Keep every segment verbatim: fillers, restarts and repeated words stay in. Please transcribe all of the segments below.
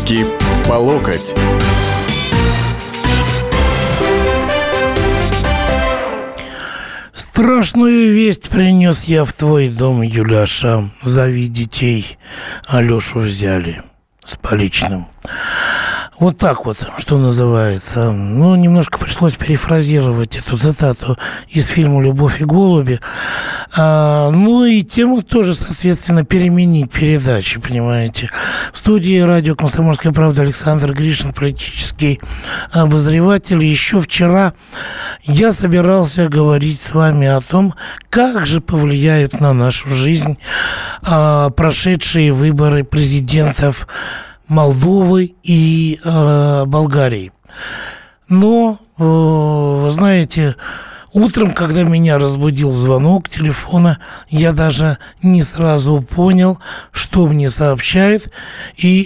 Руки по локоть. Страшную весть принес я в твой дом, Юляша. Зови детей. Алешу взяли с поличным. Вот так вот, что называется. Ну, немножко пришлось перефразировать эту цитату из фильма «Любовь и голуби». А, ну и тему тоже, соответственно, переменить передачи, понимаете. В студии радио «Комсомольская правда» Александр Гришин, политический обозреватель. Еще вчера я собирался говорить с вами о том, как же повлияют на нашу жизнь а, прошедшие выборы президентов Молдовы и э, Болгарии. Но, э, вы знаете, утром, когда меня разбудил звонок телефона, я даже не сразу понял, что мне сообщают, и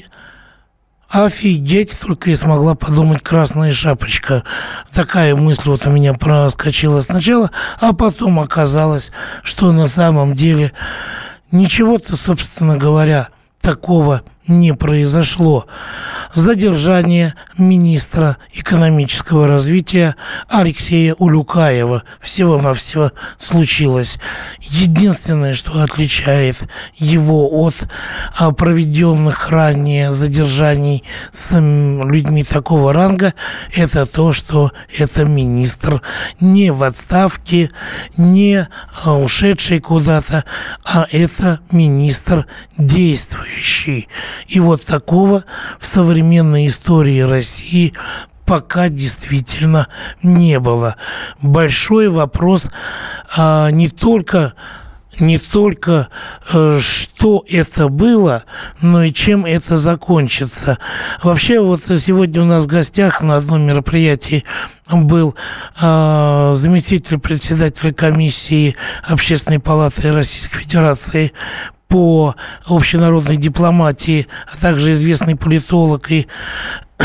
офигеть, только и смогла подумать «Красная шапочка». Такая мысль вот у меня проскочила сначала, а потом оказалось, что на самом деле ничего-то, собственно говоря, такого не произошло. Задержание министра экономического развития Алексея Улюкаева всего-навсего случилось. Единственное, что отличает его от а, проведенных ранее задержаний с м, людьми такого ранга, это то, что это министр не в отставке, не а, ушедший куда-то, а это министр действующий. И вот такого в современной истории России пока действительно не было. Большой вопрос а, не только, не только а, что это было, но и чем это закончится. Вообще вот сегодня у нас в гостях на одном мероприятии был э, заместитель председателя комиссии Общественной палаты Российской Федерации по общенародной дипломатии, а также известный политолог и э,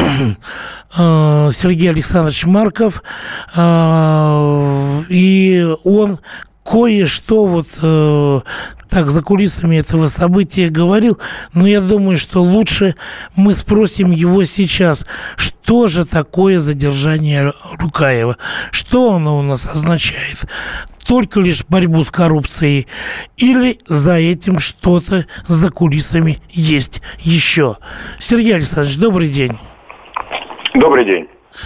Сергей Александрович Марков, э, и он кое-что вот э, так за кулисами этого события говорил, но я думаю, что лучше мы спросим его сейчас, что же такое задержание Улюкаева, что оно у нас означает. Только лишь борьбу с коррупцией или за этим что-то за кулисами есть еще? Сергей Александрович, добрый день. Добрый день.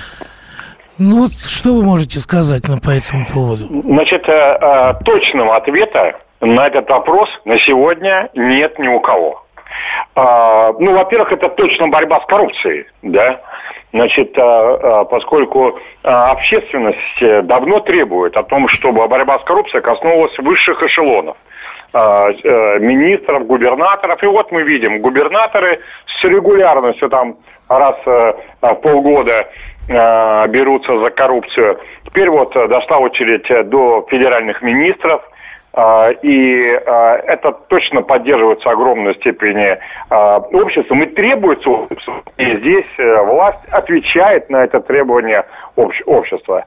Ну вот, что вы можете сказать нам по этому поводу? Значит, точного ответа на этот вопрос на сегодня нет ни у кого. Ну, во-первых, это точно борьба с коррупцией, да. Значит, поскольку общественность давно требует о том, чтобы борьба с коррупцией коснулась высших эшелонов, министров, губернаторов. И вот мы видим, губернаторы с регулярностью там раз в полгода берутся за коррупцию. Теперь вот дошла очередь до федеральных министров. И это точно поддерживается в огромной степени обществом и требуется обществом. И здесь власть отвечает на это требование общества.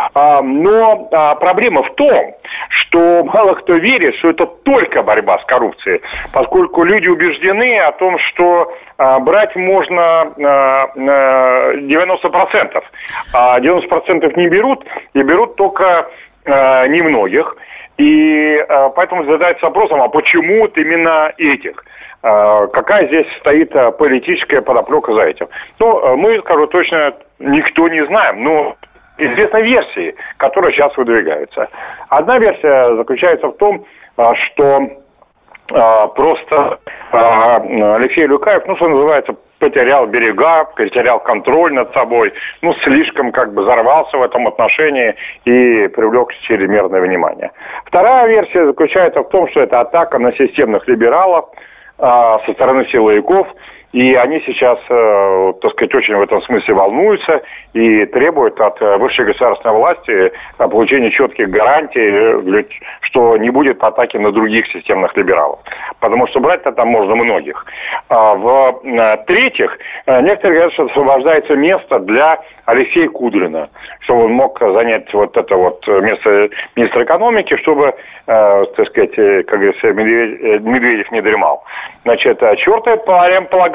Но проблема в том, что мало кто верит, что это только борьба с коррупцией, поскольку люди убеждены о том, что брать можно девяносто процентов, а девяносто процентов не берут, и берут только немногих. И э, поэтому задается вопросом, а почему вот именно этих? Э, какая здесь стоит э, политическая подоплека за этим? Ну, э, мы, скажу точно, никто не знаем, но известны версии, которые сейчас выдвигаются. Одна версия заключается в том, э, что э, просто э, Алексей Улюкаев, ну, что называется, потерял берега, потерял контроль над собой, ну, слишком как бы взорвался в этом отношении и привлек чрезмерное внимание. Вторая версия заключается в том, что это атака на системных либералов э, со стороны силовиков, и они сейчас, э, так сказать, очень в этом смысле волнуются и требуют от высшей государственной власти получения четких гарантий, что не будет атаки на других системных либералов. Потому что брать-то там можно многих. А в-третьих, некоторые говорят, что освобождается место для Алексея Кудрина, чтобы он мог занять вот это вот место министра экономики, чтобы, э, так сказать, как говорится, Медведев не дремал. Значит, четвертая половина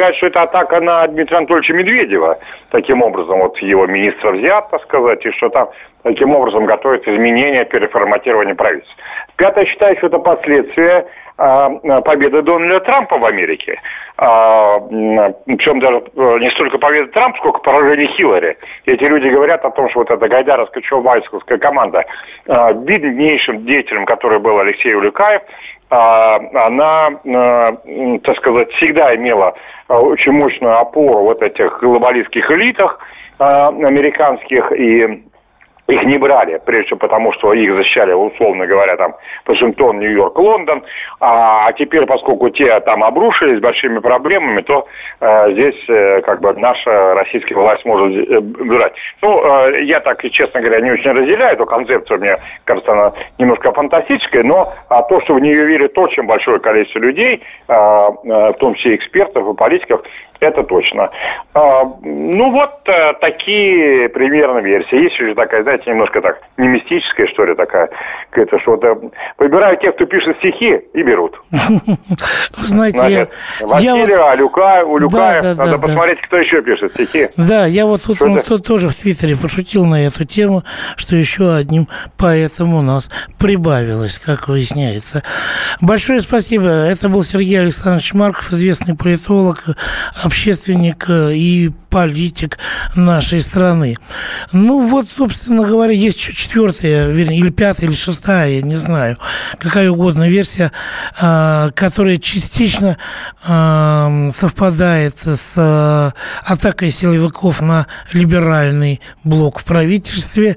предполагают, что это атака на Дмитрия Анатольевича Медведева. Таким образом, вот его министра взят, так сказать, и что там таким образом готовится изменение, переформатирование правительства. Пятое, считаю, что это последствия победы Дональда Трампа в Америке. Причем даже не столько победы Трампа, сколько поражение Хиллари. Эти люди говорят о том, что вот эта гайдаровская чубайсковская команда, виднейшим деятелем, который был Алексей Улюкаев, она, так сказать, всегда имела очень мощную опору в вот этих глобалистских элитах американских, и их не брали, прежде всего потому, что их защищали, условно говоря, там Вашингтон, Нью-Йорк, Лондон. А, а теперь, поскольку те там обрушились с большими проблемами, то э, здесь э, как бы наша российская власть может э, брать. Ну, э, я так, честно говоря, не очень разделяю эту концепцию. Мне кажется, она немножко фантастическая, но а то, что в нее верит очень большое количество людей, э, э, в том числе экспертов и политиков, это точно. А, ну, вот а, такие примерно версии. Есть уже такая, знаете, немножко так, не мистическая, что ли, такая, какая-то, что-то. Выбирают тех, кто пишет стихи, и берут. Вы знаете, Значит, я... Васильева, Улюкаев, Улюкаев, да, да, надо да, посмотреть, да. Кто еще пишет стихи. Да, я вот тут он, тоже в Твиттере пошутил на эту тему, что еще одним поэтом у нас прибавилось, как выясняется. Большое спасибо. Это был Сергей Александрович Марков, известный политолог, общественник и политик нашей страны. Ну, вот, собственно говоря, есть еще четвертая, вернее, или пятая, или шестая, я не знаю, какая угодно версия, которая частично совпадает с атакой силовиков на либеральный блок в правительстве,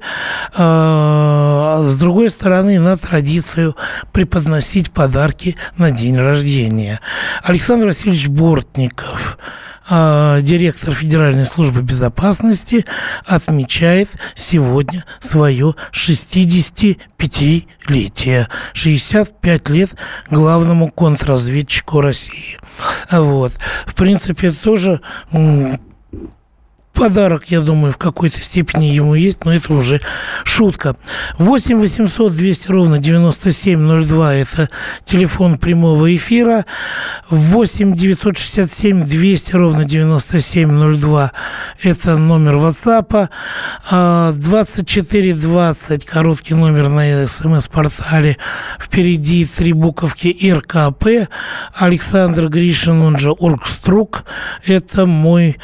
с другой стороны, на традицию преподносить подарки на день рождения. Александр Васильевич Бортников, директор Федеральной службы безопасности, отмечает сегодня свое шестидесятипятилетие. шестьдесят пять лет главному контрразведчику России. Вот. В принципе, тоже подарок, я думаю, в какой-то степени ему есть, но это уже шутка. восемь восемьсот двести ровно девяносто семь ноль два – это телефон прямого эфира. восемь девятьсот шестьдесят семь двести ровно девяносто семь ноль два – это номер WhatsApp. двадцать четыре двадцать – короткий номер на СМС-портале. Впереди три буковки эр ка пэ. Александр Гришин, он же Оргструк. Это мой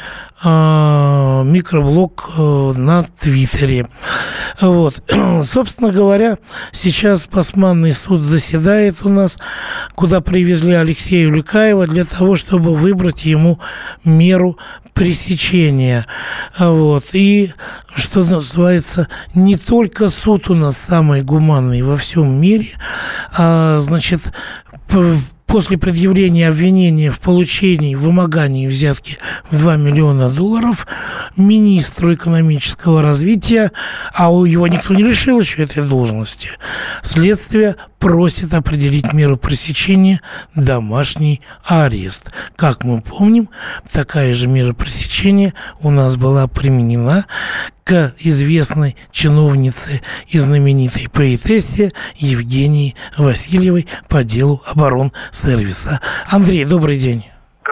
микроблог на Твиттере. Вот. Собственно говоря, сейчас Басманный суд заседает у нас, куда привезли Алексея Улюкаева для того, чтобы выбрать ему меру пресечения. Вот. И, что называется, не только суд у нас самый гуманный во всем мире, а, значит, после предъявления обвинения в получении, вымогании взятки в два миллиона долларов министру экономического развития, а у его никто не лишил еще этой должности, следствие просит определить меру пресечения – домашний арест. Как мы помним, такая же мера пресечения у нас была применена к известной чиновнице и знаменитой поэтессе Евгении Васильевой по делу оборонсервиса. Андрей, добрый день.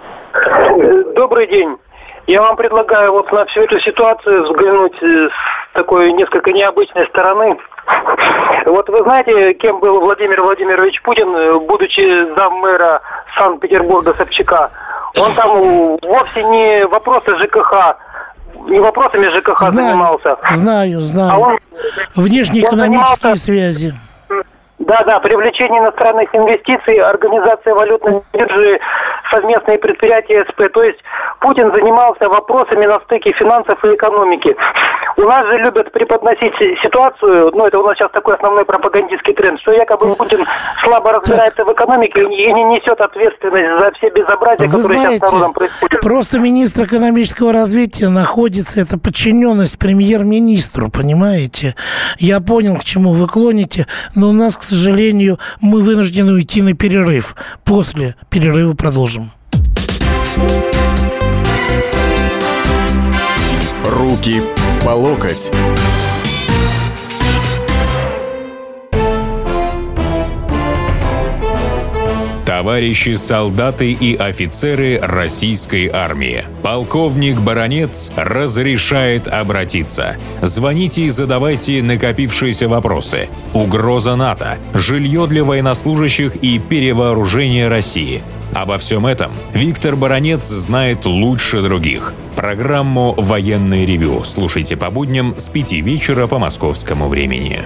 Добрый день. Я вам предлагаю вот на всю эту ситуацию взглянуть с такой несколько необычной стороны. Вот вы знаете, кем был Владимир Владимирович Путин, будучи заммэра Санкт-Петербурга Собчака? Он там вовсе не вопросы ЖКХ, не вопросами ЖКХ знаю, занимался. Знаю, знаю. А он, внешнеэкономические он связи. Да, да, привлечение иностранных инвестиций, организация валютной биржи, совместные предприятия СП. То есть Путин занимался вопросами на стыке финансов и экономики. У нас же любят преподносить ситуацию, ну это у нас сейчас такой основной пропагандистский тренд, что якобы Путин слабо разбирается в экономике и не несет ответственность за все безобразия, Вы которые знаете, сейчас с народом происходят. Просто министр экономического развития находится, это подчиненность премьер-министру, понимаете? Я понял, к чему вы клоните, но у нас, к сожалению, мы вынуждены уйти на перерыв. После перерыва продолжим. Руки по локоть. Товарищи солдаты и офицеры российской армии. Полковник Баранец разрешает обратиться. Звоните и задавайте накопившиеся вопросы. Угроза НАТО, жилье для военнослужащих и перевооружение России. Обо всем этом Виктор Баранец знает лучше других. Программу «Военное ревю» слушайте по будням с пяти вечера по московскому времени.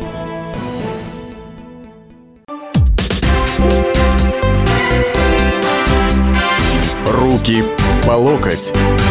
Руки по локоть.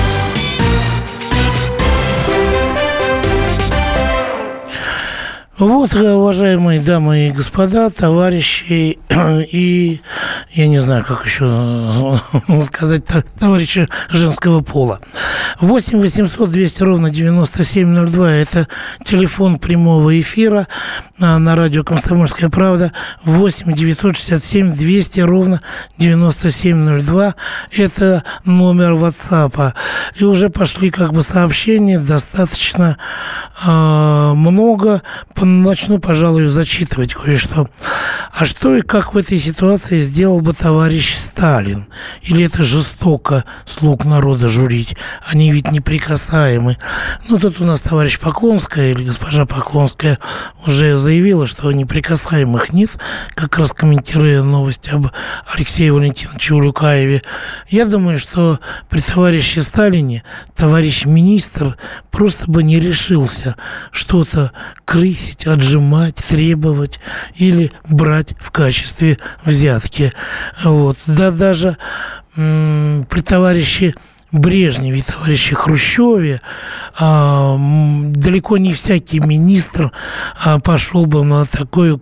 Вот, уважаемые дамы и господа, товарищи и, я не знаю, как еще сказать, товарищи женского пола. восемь восемьсот двести ровно девяносто семь ноль два – это телефон прямого эфира на радио «Комсомольская правда». восемь девятьсот шестьдесят семь двести ровно девяносто семь ноль два – это номер WhatsApp. И уже пошли как бы сообщения, достаточно э, много. Начну, пожалуй, зачитывать кое-что. А что и как в этой ситуации сделал бы товарищ Сталин? Или это жестоко слуг народа журить? Они ведь неприкасаемы. Ну, тут у нас товарищ Поклонская или госпожа Поклонская уже заявила, что неприкасаемых нет, как раз комментируя новости об Алексее Валентиновиче Улюкаеве. Я думаю, что при товарище Сталине товарищ министр просто бы не решился что-то крысить, отжимать, требовать или брать в качестве взятки. Вот. Да даже м- при товарище Брежневе и товарище Хрущеве а, м- далеко не всякий министр а, пошел бы на такую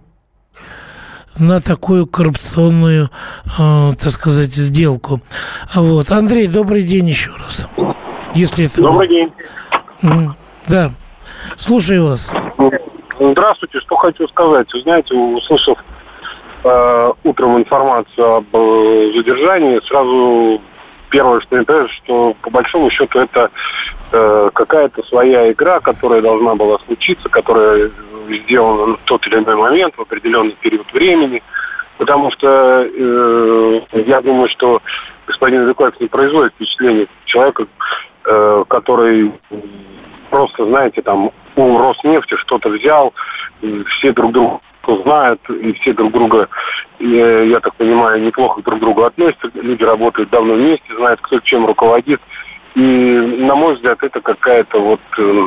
на такую коррупционную, э, так сказать, сделку. Вот. Андрей, добрый день еще раз. Если это... Добрый день. Mm-hmm. Да. Слушаю вас. Здравствуйте. Что хочу сказать. Вы знаете, услышав э, утром информацию об э, задержании, сразу первое, что мне кажется, что по большому счету это э, какая-то своя игра, которая должна была случиться, которая сделана в тот или иной момент, в определенный период времени. Потому что э, я думаю, что господин Улюкаев не производит впечатление человека, э, который просто, знаете, там у Роснефти что-то взял, все друг друга знают, и все друг друга, я, я так понимаю, неплохо друг к другу относятся, люди работают давно вместе, знают, кто чем руководит. И, на мой взгляд, это какая-то вот, э,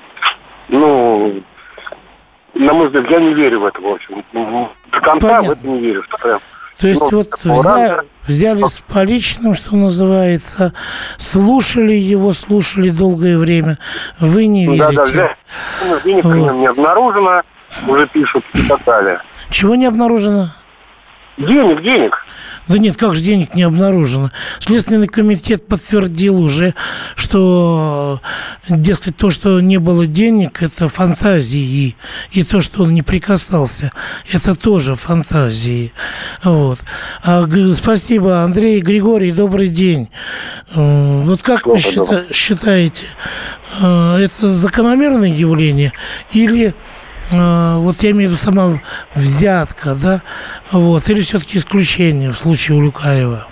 ну, на мой взгляд, я не верю в это, в общем. До конца Понятно. в это не верю. Что прям, То есть ну, вот взя, взяли с поличным, что называется, слушали его, слушали долгое время. Вы не верите. Да, да, взяли. Денег вот. не обнаружено, уже пишут и так далее. Чего не обнаружено? Денег, денег. Да нет, как же денег не обнаружено? Следственный комитет подтвердил уже, что, дескать, то, что не было денег, это фантазии. И то, что он не прикасался, это тоже фантазии. Вот. А, спасибо, Андрей, Григорий, добрый день. Вот как вы счита- считаете, это закономерное явление или... Вот я имею в виду сама взятка, да, вот, или все-таки исключение в случае Улюкаева?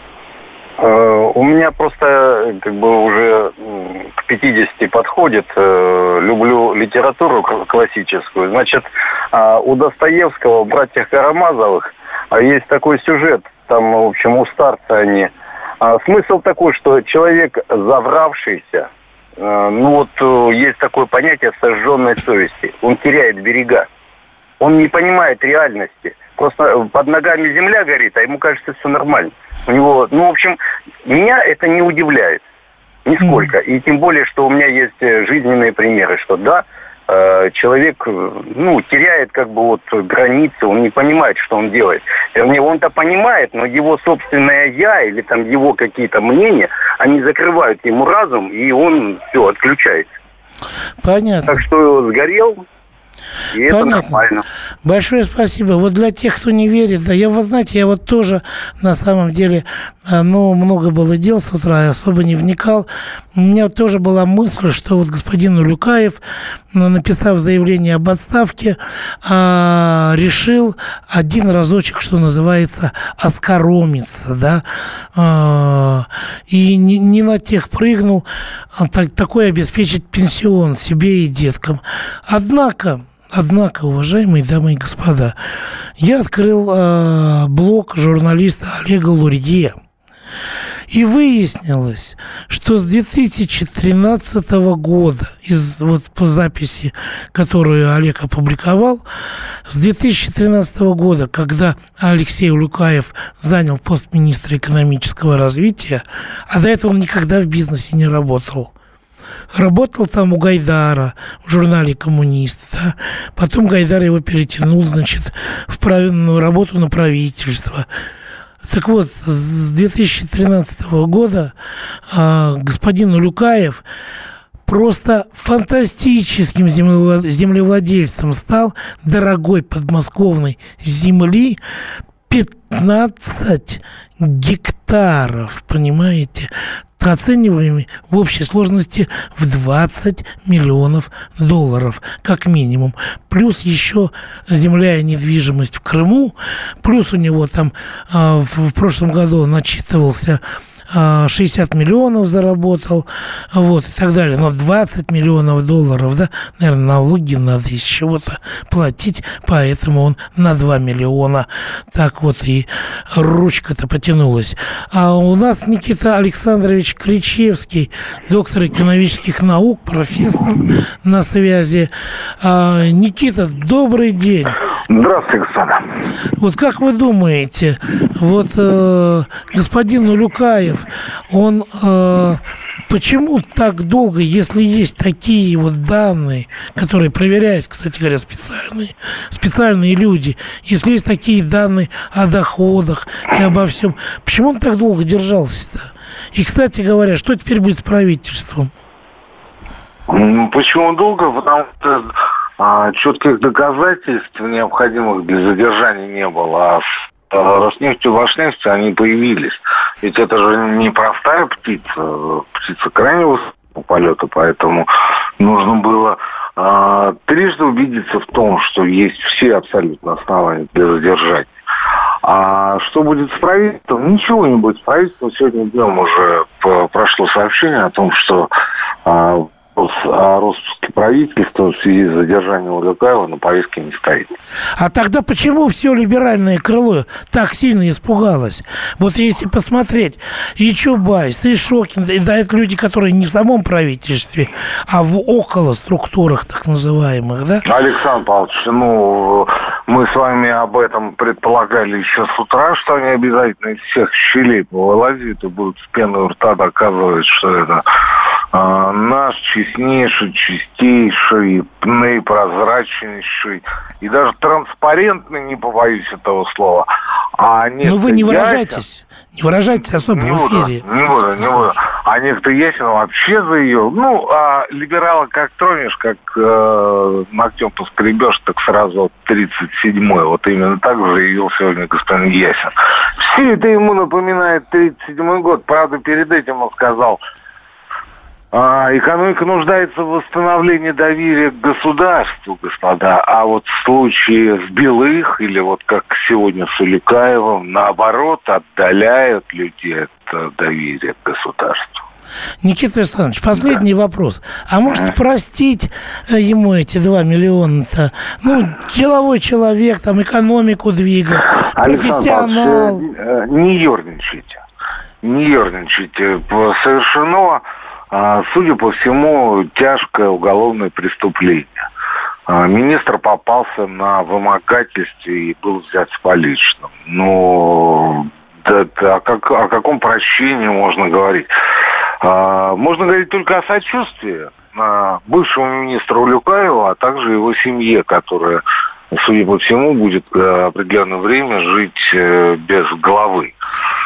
У меня просто как бы уже к пятидесяти подходит. Люблю литературу классическую. Значит, у Достоевского, братьях Карамазовых, есть такой сюжет, там, в общем, у старца они. Смысл такой, что человек завравшийся, ну вот есть такое понятие сожженной совести. Он теряет берега. Он не понимает реальности. Просто под ногами земля горит, а ему кажется, все нормально. У него, ну, в общем, меня это не удивляет. Нисколько. И тем более, что у меня есть жизненные примеры, что да, человек, ну, теряет как бы вот границы, он не понимает, что он делает. Вернее, он-то понимает, но его собственное «я» или там его какие-то мнения, они закрывают ему разум, и он все, отключается. Понятно. Так что сгорел, И это Понятно. нормально. Большое спасибо. Вот для тех, кто не верит, да, я, вы знаете, я вот тоже на самом деле, ну, много было дел с утра, я особо не вникал. У меня тоже была мысль, что вот господин Улюкаев, написав заявление об отставке, решил один разочек, что называется, оскоромиться, да, и не, не на тех прыгнул, так, такой обеспечить пенсион себе и деткам. Однако, Однако, уважаемые дамы и господа, я открыл э, блог журналиста Олега Лурье, и выяснилось, что с две тысячи тринадцатого года, из, вот по записи, которую Олег опубликовал, с две тысячи тринадцатого года, когда Алексей Улюкаев занял пост министра экономического развития, а до этого он никогда в бизнесе не работал, работал там у Гайдара в журнале «Коммунист», да? Потом Гайдар его перетянул, значит, в правильную работу на правительство. Так вот, с две тысячи тринадцатого года э, господин Улюкаев просто фантастическим землевладельцем стал дорогой подмосковной земли, пятнадцать гектаров, понимаете, оцениваемый в общей сложности в двадцать миллионов долларов, как минимум. Плюс еще земля и недвижимость в Крыму, плюс у него там э, в, в прошлом году он отчитывался, шестьдесят миллионов заработал, вот, и так далее. Но двадцать миллионов долларов, да, наверное, налоги надо из чего-то платить, поэтому он на два миллиона так вот и ручка-то потянулась. А у нас Никита Александрович Кричевский, доктор экономических наук, профессор на связи. А, Никита, добрый день. Здравствуйте, Александр. Вот как вы думаете, вот э, господин Улюкаев, он э, почему так долго, если есть такие вот данные, которые проверяют, кстати говоря, специальные, специальные люди, если есть такие данные о доходах и обо всем, почему он так долго держался-то? И, кстати говоря, что теперь будет с правительством? Почему долго? Потому что а, четких доказательств, необходимых для задержания, не было. А с Роснефтью, Башнефтью они появились. Ведь это же не простая птица, птица крайне высокого полета, поэтому нужно было а, трижды убедиться в том, что есть все абсолютно основания для задержания. А что будет с правительством? Ничего не будет с правительством. Сегодня днем уже прошло сообщение о том, что а, о распуске правительства в связи с задержанием Улюкаева на повестке не стоит. А тогда почему все либеральное крыло так сильно испугалось? Вот если посмотреть, и Чубайс, и Шокин, и да, это люди, которые не в самом правительстве, а в около структурах так называемых, да? Александр Павлович, ну, мы с вами об этом предполагали еще с утра, что они обязательно из всех щелей повылазят и будут с пеной у рта доказывать, что это а, наш честнейший, чистейший, наипрозрачнейший и даже транспарентный, не побоюсь этого слова. А ну вы не выражайтесь, не выражайтесь особо не в Буду, эфире. не буду, не буду. А некто Ясин вообще за ее. Ну, а либерала как тронешь, как э, ногтем поскребешь, так сразу тридцать седьмой. Вот именно так же заявил сегодня господин Ясин. Все это ему напоминает тридцать седьмой год. Правда, перед этим он сказал: А, экономика нуждается в восстановлении доверия к государству, господа. А вот в случае с Белых, или вот как сегодня с Улюкаевым, наоборот, отдаляют людей от доверия к государству. Никита Александрович, последний да. вопрос. А может а? простить ему эти два миллиона-то? Ну, деловой человек, там, экономику двигал, профессионал. Павлович, не ерничайте. Не ерничайте. Совершено, судя по всему, тяжкое уголовное преступление. Министр попался на вымогательстве и был взят с поличным. Но да, да, о, как, о каком прощении можно говорить? Можно говорить только о сочувствии бывшему министру Улюкаеву, а также его семье, которая, судя по всему, будет определенное время жить без головы.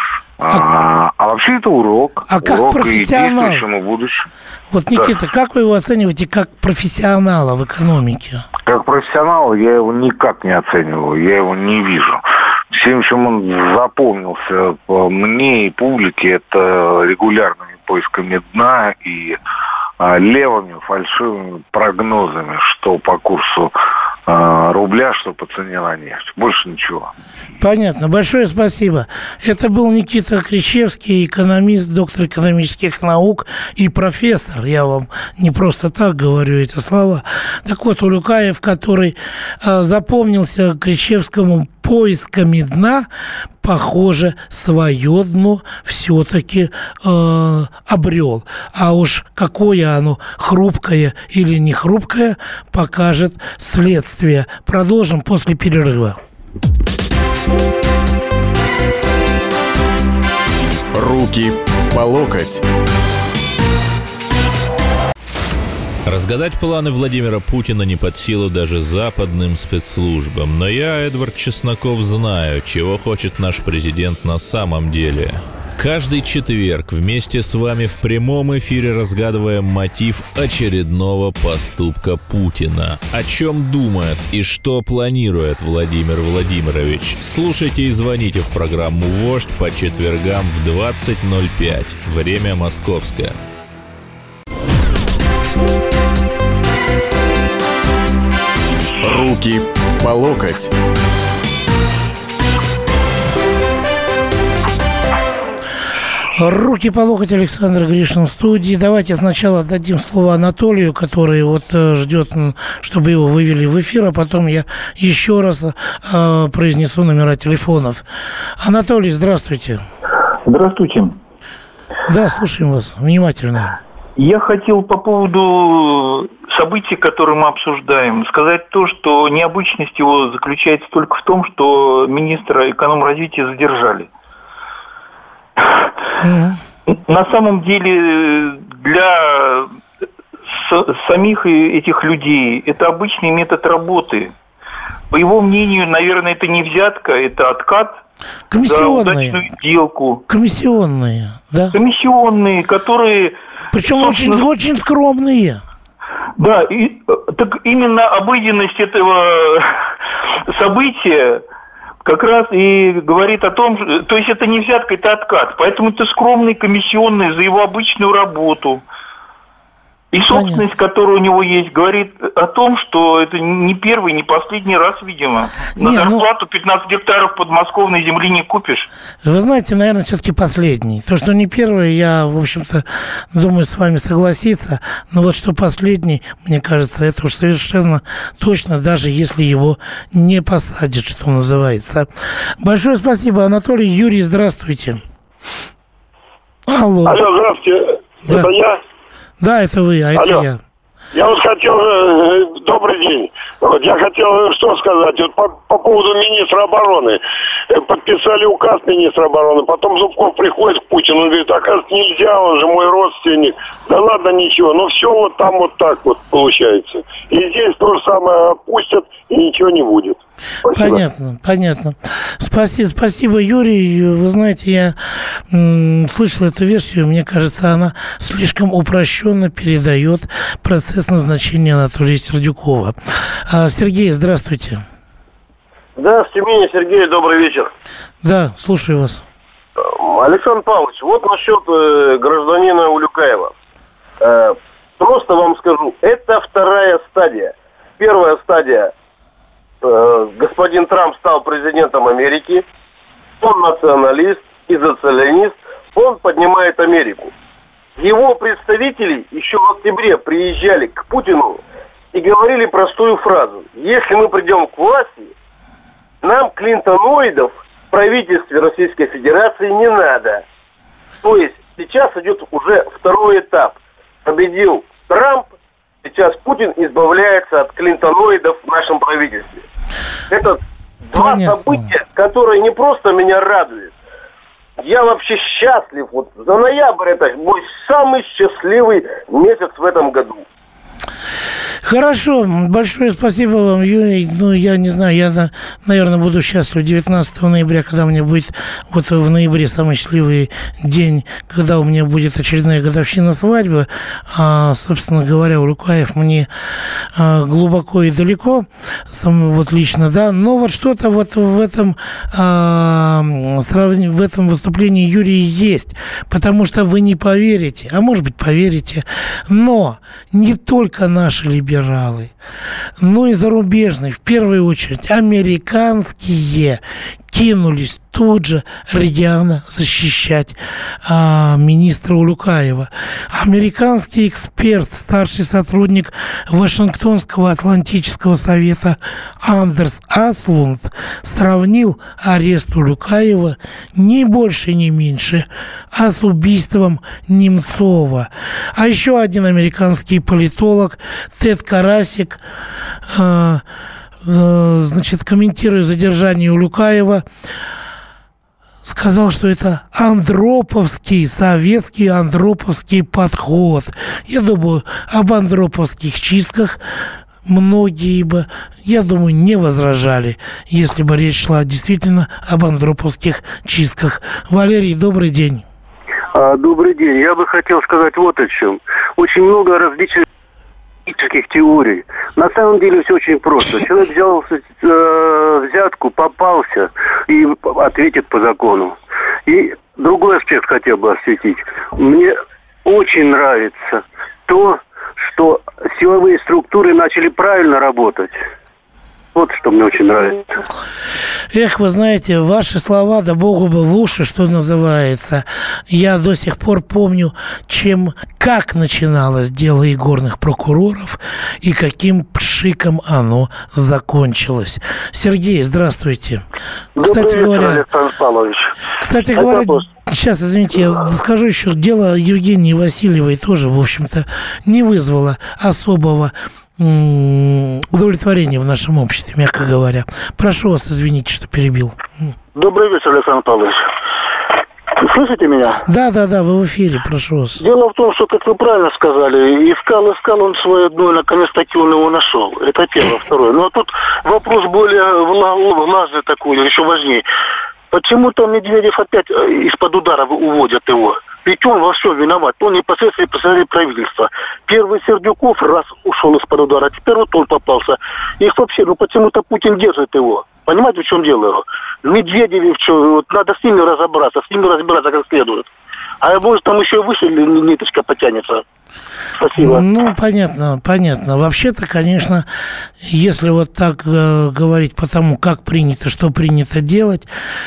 А, а вообще это урок. А как урок профессионал? И действующему будущему. Вот, Никита, да. как вы его оцениваете как профессионала в экономике? Как профессионал я его никак не оцениваю, я его не вижу. Всем, чем он запомнился мне и публике, это регулярными поисками дна и а, левыми фальшивыми прогнозами, что по курсу а, рубля, что по цене на нефть. Больше ничего. Понятно. Большое спасибо. Это был Никита Кричевский, экономист, доктор экономических наук и профессор. Я вам не просто так говорю эти слова. Так вот, Улюкаев, который э, запомнился Кричевскому поисками дна, похоже, свое дно все-таки э, обрел. А уж какое оно, хрупкое или не хрупкое, покажет следствие. Продолжим после перерыва. Руки по локоть. Разгадать планы Владимира Путина не под силу даже западным спецслужбам. Но я, Эдвард Чесноков, знаю, чего хочет наш президент на самом деле. Каждый четверг вместе с вами в прямом эфире разгадываем мотив очередного поступка Путина. О чем думает и что планирует Владимир Владимирович? Слушайте и звоните в программу «Вождь» по четвергам в двадцать ноль пять. Время московское. Руки по локоть. Руки по локоть, Александр Гришин в студии. Давайте сначала дадим слово Анатолию, который вот ждет, чтобы его вывели в эфир, а потом я еще раз э, произнесу номера телефонов. Анатолий, здравствуйте. Здравствуйте. Да, слушаем вас внимательно. Я хотел по поводу событий, которые мы обсуждаем, сказать то, что необычность его заключается только в том, что министра экономразвития задержали. Mm-hmm. На самом деле для самих этих людей это обычный метод работы. По его мнению, наверное, это не взятка, это откат за удачную сделку. Комиссионные, да? Комиссионные, которые... Причем очень, очень скромные. Да, и, так именно обыденность этого события как раз и говорит о том, то есть это не взятка, это откат. Поэтому это скромный комиссионный за его обычную работу. И собственность, Понятно. которая у него есть, говорит о том, что это не первый, не последний раз, видимо. На не, зарплату ну, пятнадцать гектаров подмосковной земли не купишь. Вы знаете, наверное, все-таки последний. То, что не первый, я, в общем-то, думаю, с вами согласиться. Но вот что последний, мне кажется, это уж совершенно точно, даже если его не посадят, что называется. Большое спасибо, Анатолий. Юрий, здравствуйте. Алло. Алло, здравствуйте. Да. Это я? Да, это вы, а Алло. это я. Я вот хотел... Добрый день. Вот я хотел что сказать. Вот по, по поводу министра обороны. Подписали указ министра обороны. Потом Зубков приходит к Путину. Он говорит, оказывается, нельзя, он же мой родственник. Да ладно, ничего. Но все вот там вот так вот получается. И здесь то же самое опустят, и ничего не будет. Спасибо. Понятно, понятно. Спасибо, спасибо, Юрий. Вы знаете, я м, слышал эту версию. Мне кажется, она слишком упрощенно передает процесс назначения Анатолия Сердюкова. А, Сергей, здравствуйте. Да, с Тюмени, Сергей, добрый вечер. Да, слушаю вас. Александр Павлович, вот насчет э, гражданина Улюкаева. Э, просто вам скажу, это вторая стадия. Первая стадия. Господин Трамп стал президентом Америки, он националист, изоциалист, он поднимает Америку. Его представители еще в октябре приезжали к Путину и говорили простую фразу: если мы придем к власти, нам клинтоноидов в правительстве Российской Федерации не надо. То есть сейчас идет уже второй этап. Победил Трамп, сейчас Путин избавляется от клинтоноидов в нашем правительстве. Это два Понятно. события, которые не просто меня радуют. Я вообще счастлив. Вот за ноябрь это мой самый счастливый месяц в этом году. Хорошо, большое спасибо вам, Юрий. Ну, я не знаю, я, наверное, буду счастлив девятнадцатого ноября, когда у меня будет, вот в ноябре самый счастливый день, когда у меня будет очередная годовщина свадьбы. А, собственно говоря, Улюкаев мне а, глубоко и далеко, сам, вот лично, да, но вот что-то вот в этом, а, сравнении, в этом выступлении Юрия есть, потому что вы не поверите, а может быть поверите, но не только наши либералы, но и зарубежные, в первую очередь американские, кинулись тут же рьяно защищать а, министра Улюкаева. Американский эксперт, старший сотрудник Вашингтонского Атлантического совета Андерс Аслунд сравнил арест Улюкаева не больше, не меньше, а с убийством Немцова. А еще один американский политолог Тед Карасик, а, значит, комментируя задержание Улюкаева, сказал, что это андроповский, советский андроповский подход. Я думаю, об андроповских чистках многие бы, я думаю, не возражали, если бы речь шла действительно об андроповских чистках. Валерий, добрый день. Добрый день. Я бы хотел сказать вот о чем. Очень много различных теорий. На самом деле все очень просто. Человек взял э, взятку, попался и ответит по закону. И другой аспект хотел бы осветить. Мне очень нравится то, что силовые структуры начали правильно работать. Вот что мне очень нравится. Эх, вы знаете, ваши слова, да богу бы в уши, что называется. Я до сих пор помню, чем, как начиналось дело игорных прокуроров и каким пшиком оно закончилось. Сергей, здравствуйте. Добрый Кстати вечер, говоря, Александр Павлович. Кстати Это говоря, вопрос. сейчас, извините, я скажу еще, дело Евгении Васильевой тоже, в общем-то, не вызвало особого удовлетворение в нашем обществе, мягко говоря. Прошу вас, извините, что перебил. Добрый вечер, Александр Павлович. Слышите меня? Да, да, да, вы в эфире, прошу вас. Дело в том, что, как вы правильно сказали, искал, искал он свое дно, и наконец-таки он его нашел. Это первое. Второе. Но тут вопрос более влажный такой, еще важнее. Почему-то Медведев опять из-под удара уводят его. Ведь он во всем виноват. Он непосредственно представитель правительства. Первый Сердюков раз ушел из-под удара, теперь вот он попался. Их вообще, ну почему-то Путин держит его. Понимаете, в чем дело? В Медведеве, в чем, вот надо с ними разобраться, с ними разбираться как следует. А может там еще выше ниточка потянется. Спасибо. Ну, понятно, понятно. Вообще-то, конечно, если вот так э, говорить по тому, как принято, что принято делать,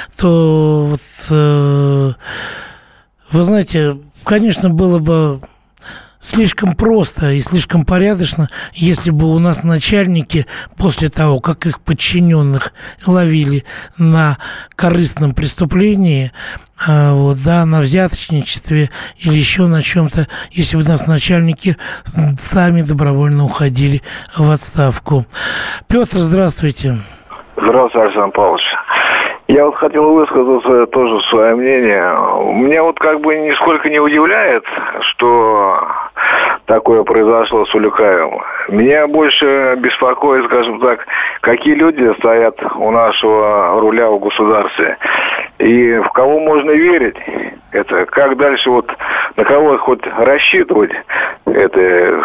то вот, э, вы знаете, конечно, было бы слишком просто и слишком порядочно, если бы у нас начальники после того, как их подчиненных ловили на корыстном преступлении, э, вот, да, на взяточничестве или еще на чем-то, если бы у нас начальники сами добровольно уходили в отставку. Петр, здравствуйте. Здравствуйте, Александр Павлович. Я вот хотел высказаться тоже свое мнение. Меня вот как бы нисколько не удивляет, что такое произошло с Улюкаевым. Меня больше беспокоит, скажем так, какие люди стоят у нашего руля в государстве. И в кого можно верить. Это как дальше вот, на кого хоть рассчитывать. Это,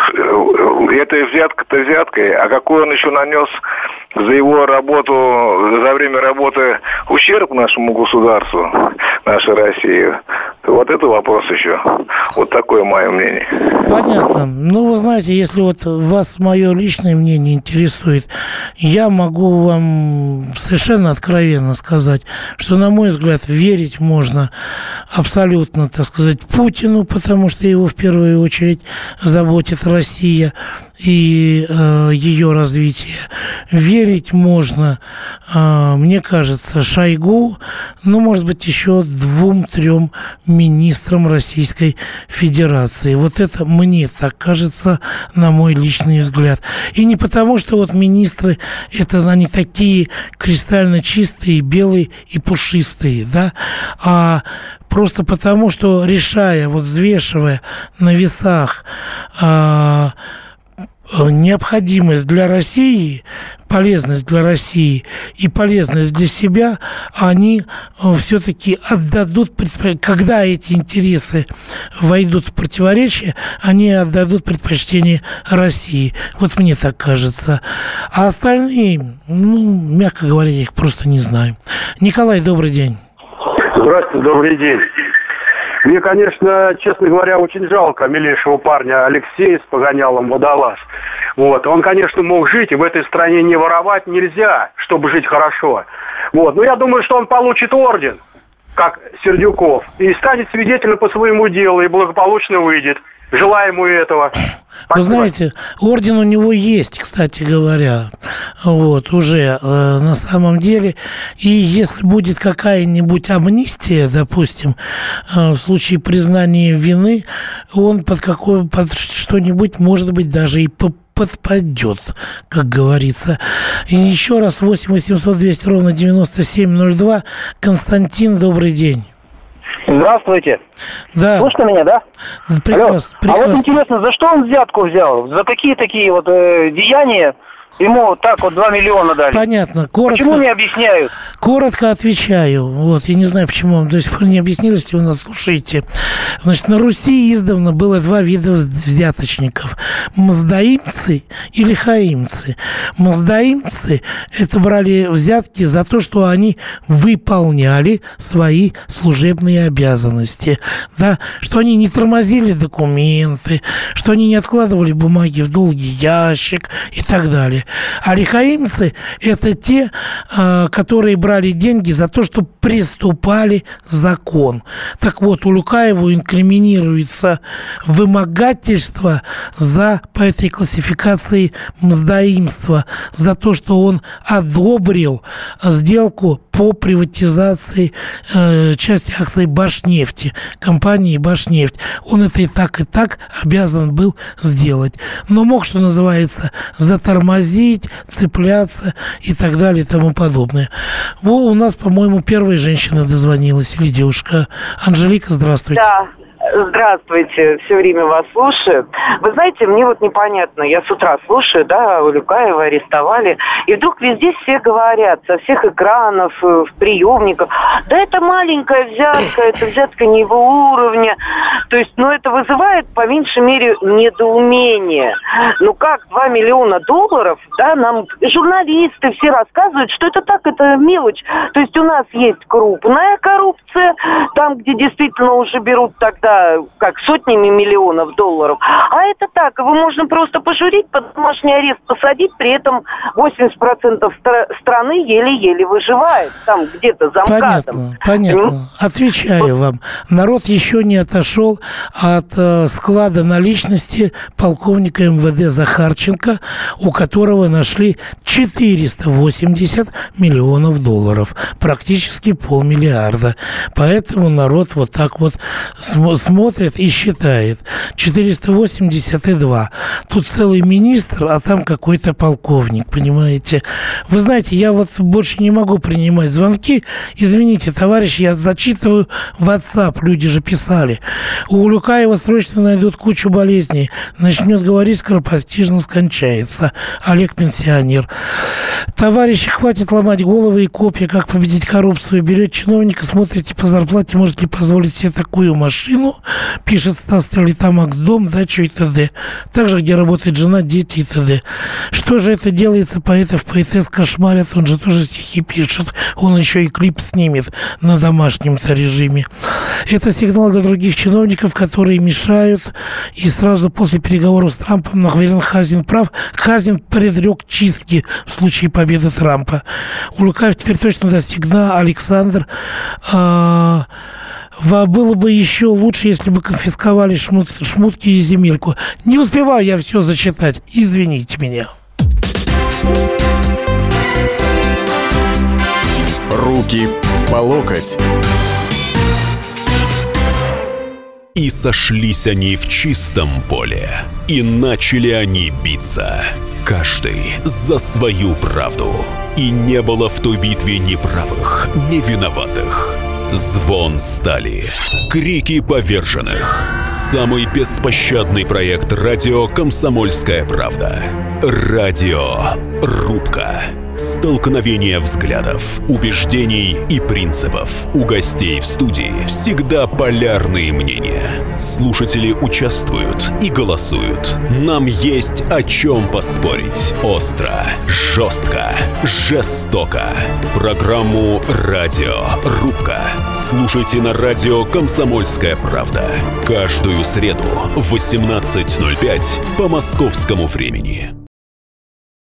это взятка-то взяткой, а какой он еще нанес за его работу, за время работы ущерб нашему государству, нашей России. Вот это вопрос еще. Вот такое мое мнение. Понятно. Ну, вы знаете, если вот вас мое личное мнение интересует, я могу вам совершенно откровенно сказать, что, на мой взгляд, верить можно абсолютно, так сказать, Путину, потому что его в первую очередь заботит Россия и э, ее развитие. Верить можно, э, мне кажется, Шойгу, ну, может быть, еще двум-трем министрам Российской Федерации. Вот это мне так кажется, на мой личный взгляд. И не потому, что вот министры, это они такие кристально чистые, белые и пушистые, да, а просто потому, что решая, вот взвешивая на весах э, необходимость для России, полезность для России и полезность для себя, они все-таки отдадут, когда эти интересы войдут в противоречие, они отдадут предпочтение России. Вот мне так кажется. А остальные, ну, мягко говоря, я их просто не знаю. Николай, добрый день. Здравствуйте, добрый день. Мне, конечно, честно говоря, очень жалко милейшего парня Алексея с погонялом «Водолаз». Вот. Он, конечно, мог жить, и в этой стране не воровать нельзя, чтобы жить хорошо. Вот. Но я думаю, что он получит орден, как Сердюков, и станет свидетелем по своему делу, и благополучно выйдет. Желаю ему этого. Спасибо. Вы знаете, орден у него есть, кстати говоря, вот, уже э, на самом деле. И если будет какая-нибудь амнистия, допустим, э, в случае признания вины, он под, какое, под что-нибудь, может быть, даже и по подпадет, как говорится. И еще раз восемь восемьсот двести ровно девяносто семь ноль два. Константин, добрый день. Здравствуйте. Да. Слышно меня, да? Прекрасно, прекрасно. А вот интересно, за что он взятку взял? За какие такие вот э, деяния ему вот так вот два миллиона дали? Понятно. Коротко, почему не объясняют? Коротко отвечаю. Вот, я не знаю, почему вам до сих пор не объяснили, если вы нас слушаете. Значит, на Руси издавна было два вида взяточников. Маздаимцы и лихаимцы. Маздаимцы – это брали взятки за то, что они выполняли свои служебные обязанности. Да? Что они не тормозили документы, что они не откладывали бумаги в долгий ящик и так далее. А лихаимцы – это те, которые брали деньги за то, что приступали закон. Так вот, у Улюкаеву инкриминируется вымогательство за, по этой классификации, мздоимство, за то, что он одобрил сделку по приватизации э, части акций Башнефти, компании Башнефть. Он это и так, и так обязан был сделать. Но мог, что называется, затормозить, цепляться и так далее и тому подобное. Во, у нас, по-моему, первая женщина дозвонилась, или девушка. Анжелика, здравствуйте. Да. Здравствуйте, все время вас слушаю. Вы знаете, мне вот непонятно, я с утра слушаю, да, Улюкаева арестовали, и вдруг везде все говорят, со всех экранов, в приемниках, да это маленькая взятка, это взятка не его уровня, то есть, ну, это вызывает, по меньшей мере, недоумение. Ну, как два миллиона долларов, да, нам журналисты все рассказывают, что это так, это мелочь, то есть у нас есть крупная коррупция, там, где действительно уже берут тогда как сотнями миллионов долларов. А это так, его можно просто пожурить, под домашний арест посадить, при этом восемьдесят процентов стра- страны еле-еле выживает. Там где-то за МКАДом. Понятно, понятно. Отвечаю вам. Народ еще не отошел от э, склада наличности полковника эм вэ дэ Захарченко, у которого нашли четыреста восемьдесят миллионов долларов. Практически полмиллиарда. Поэтому народ вот так вот см- смотрит и считает. четыреста восемьдесят два. Тут целый министр, а там какой-то полковник, понимаете? Вы знаете, я вот больше не могу принимать звонки. Извините, товарищи, я зачитываю WhatsApp. Люди же писали. У Улюкаева срочно найдут кучу болезней. Начнет говорить, скоропостижно скончается. Олег пенсионер. Товарищи, хватит ломать головы и копья, как победить коррупцию. Берет чиновника, смотрите по зарплате, может ли позволить себе такую машину, пишет Стас Стерлитамак, дом, дачу и т.д. Также, где работает жена, дети и т.д. Что же это делается, поэтов, поэтесс кошмарят, он же тоже стихи пишет, он еще и клип снимет на домашнем-то режиме. Это сигнал для других чиновников, которые мешают, и сразу после переговоров с Трампом Нахверен Хазин прав, Хазин предрек чистки в случае победы Трампа. Улюкаев теперь точно достиг дна. Александр, э- было бы еще лучше, если бы конфисковали шмут, шмутки и земельку. Не успеваю я все зачитать. Извините меня. Руки по локоть. И сошлись они в чистом поле, и начали они биться. Каждый за свою правду. И не было в той битве ни правых, ни виноватых. Звон стали. Крики поверженных. Самый беспощадный проект радио «Комсомольская правда». Радиорубка. Столкновение взглядов, убеждений и принципов. У гостей в студии всегда полярные мнения. Слушатели участвуют и голосуют. Нам есть о чем поспорить. Остро, жестко, жестоко. Программу «Радиорубка» слушайте на радио «Комсомольская правда». Каждую среду в восемнадцать ноль пять по московскому времени.